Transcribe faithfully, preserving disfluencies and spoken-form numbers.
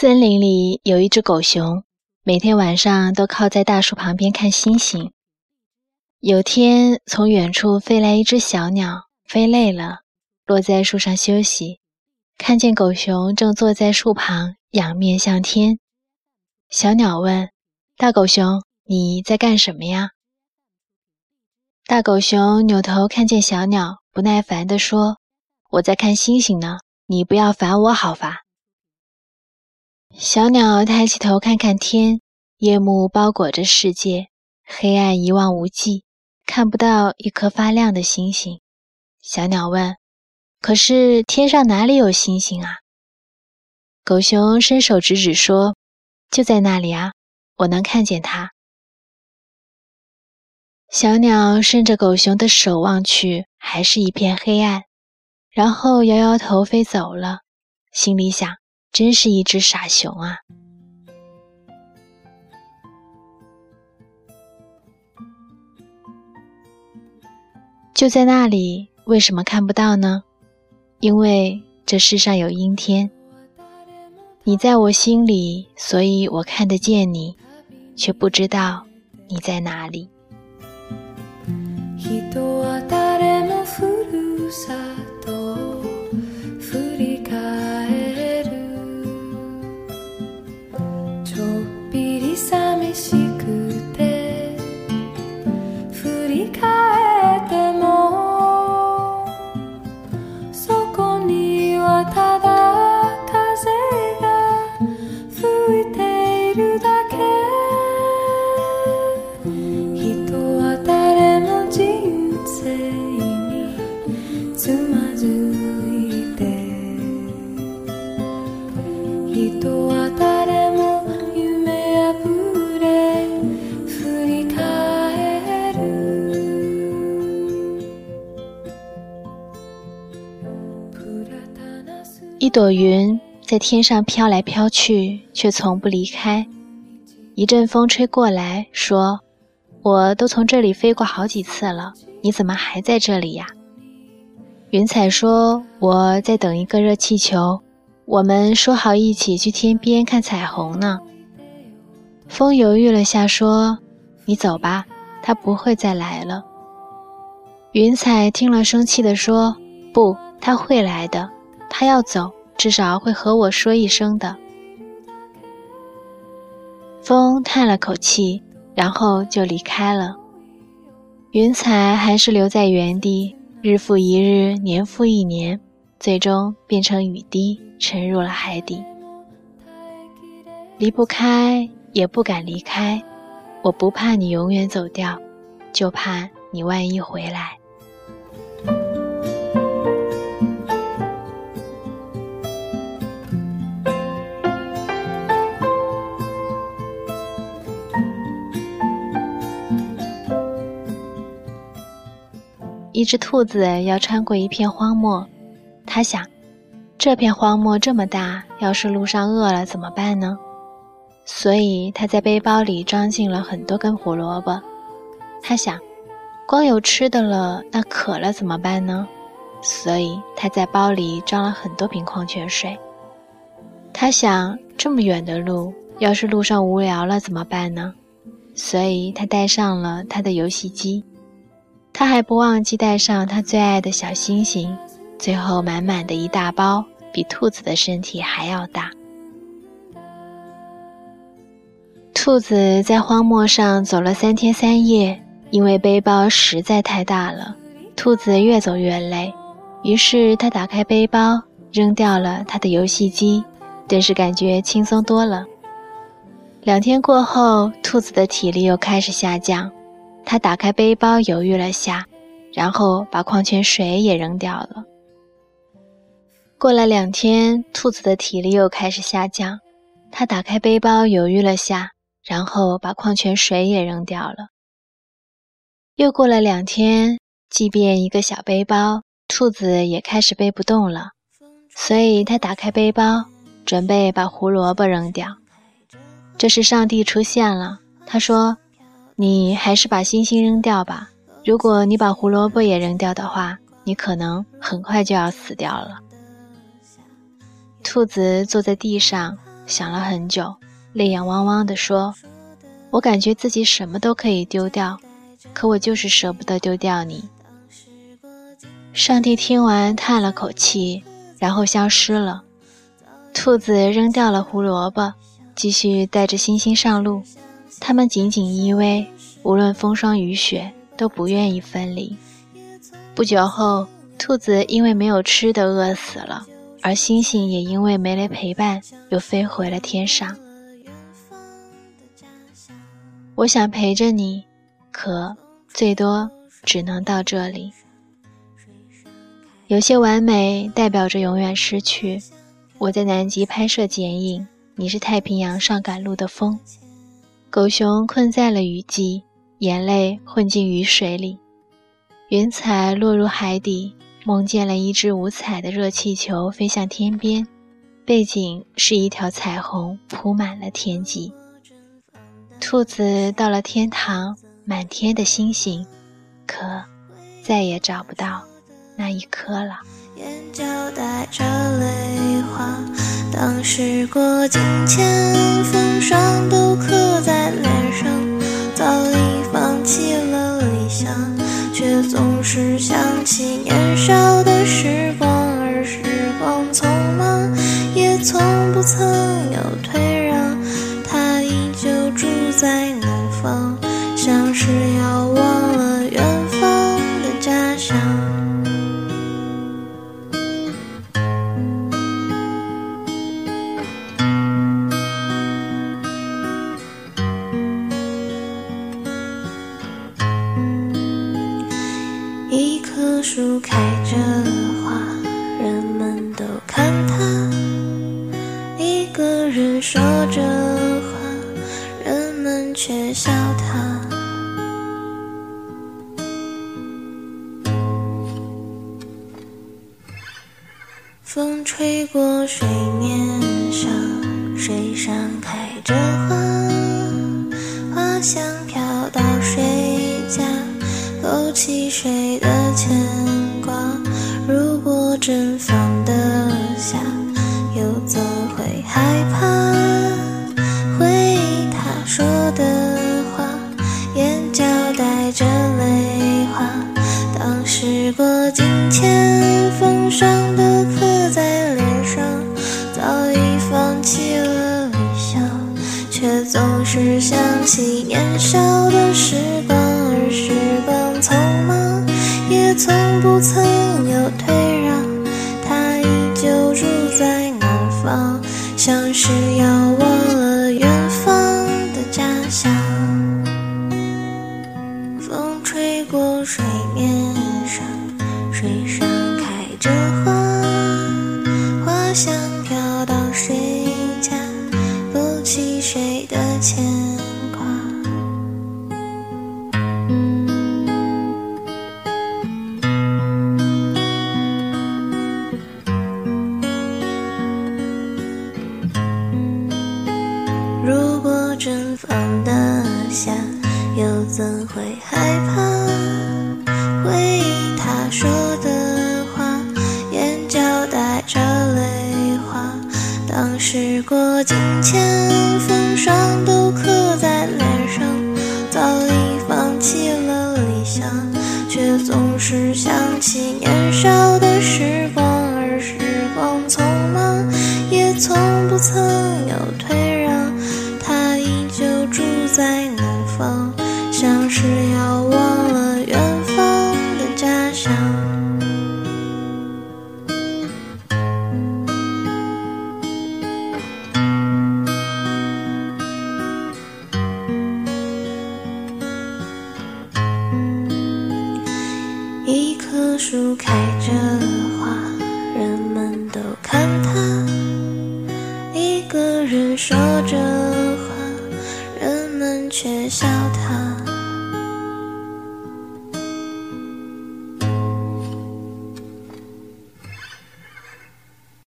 森林里有一只狗熊，每天晚上都靠在大树旁边看星星。有天，从远处飞来一只小鸟，飞累了，落在树上休息，看见狗熊正坐在树旁，仰面向天。小鸟问：大狗熊，你在干什么呀？大狗熊扭头看见小鸟，不耐烦地说：我在看星星呢，你不要烦我好伐？小鸟抬起头看看天，夜幕包裹着世界，黑暗一望无际，看不到一颗发亮的星星。小鸟问：可是天上哪里有星星啊？狗熊伸手指指说：就在那里啊，我能看见它。小鸟顺着狗熊的手望去，还是一片黑暗，然后摇摇头飞走了，心里想，真是一只傻熊啊。就在那里，为什么看不到呢？因为这世上有阴天。你在我心里，所以我看得见你，却不知道你在哪里。一朵云在天上飘来飘去，却从不离开。一阵风吹过来，说：我都从这里飞过好几次了，你怎么还在这里呀？云彩说：我在等一个热气球，我们说好一起去天边看彩虹呢。风犹豫了下，说：你走吧，他不会再来了。云彩听了生气地说：不，他会来的，他要走，至少会和我说一声的。风叹了口气，然后就离开了。云彩还是留在原地，日复一日，年复一年，最终变成雨滴，沉入了海底。离不开，也不敢离开，我不怕你永远走掉，就怕你万一回来。一只兔子要穿过一片荒漠，它想，这片荒漠这么大，要是路上饿了怎么办呢？所以它在背包里装进了很多根胡萝卜。它想，光有吃的了，那渴了怎么办呢？所以它在包里装了很多瓶矿泉水。它想，这么远的路，要是路上无聊了怎么办呢？所以它带上了它的游戏机。他还不忘记带上他最爱的小星星，最后满满的一大包，比兔子的身体还要大。兔子在荒漠上走了三天三夜，因为背包实在太大了，兔子越走越累，于是他打开背包，扔掉了他的游戏机，顿时感觉轻松多了。两天过后，兔子的体力又开始下降，他打开背包犹豫了下，然后把矿泉水也扔掉了。过了两天，兔子的体力又开始下降，他打开背包犹豫了下，然后把矿泉水也扔掉了。又过了两天，即便一个小背包，兔子也开始背不动了，所以他打开背包，准备把胡萝卜扔掉。这时上帝出现了，他说：你还是把星星扔掉吧，如果你把胡萝卜也扔掉的话，你可能很快就要死掉了。兔子坐在地上， 想了很久，泪眼汪汪地说，我感觉自己什么都可以丢掉，可我就是舍不得丢掉你。上帝听完叹了口气，然后消失了。兔子扔掉了胡萝卜，继续带着星星上路。他们紧紧依偎，无论风霜雨雪都不愿意分离。不久后，兔子因为没有吃的饿死了，而星星也因为没了陪伴又飞回了天上。我想陪着你，可最多只能到这里。有些完美代表着永远失去。我在南极拍摄剪影，你是太平洋上赶路的风。狗熊困在了雨季，眼泪混进雨水里。云彩落入海底，梦见了一只五彩的热气球飞向天边，背景是一条彩虹铺满了天际。兔子到了天堂，满天的星星，可再也找不到那一颗了。 眼角带着泪花，当时过境迁，风霜都刻在脸上，早已放弃了理想，却总是想起年少的时光，而时光匆忙，也从不曾有退让，他依旧住在南方，像是要忘了远方的家乡。一棵树开着花，人们都看它，一个人说着话，人们却笑他。风吹过水面上，水上开着花，花香飘到水家，勾起谁的牵挂。如果真放得下，又怎会害怕？回忆他说的话，眼角带着泪花，当时过境迁，风霜都刻在脸上，早已放弃了理想，却总是想起年少的时光，而时光匆忙，也从不曾有退让，他依旧住在南方，像是要忘了远方的家乡。风吹过水面上，水上开着花，花香飘到谁家，勾起谁的牵挂。如果真放得下，又怎会害怕？回忆他说的话，眼角带着泪花，当时过境迁，风霜都刻在脸上，早已放弃了理想，却总是想起年少的时光，而时光匆忙，也从不曾有退让，他依旧住在南方，像是要忘了远方的家乡。一棵树开着花，人们都看它，一个人说着话，人们却笑他。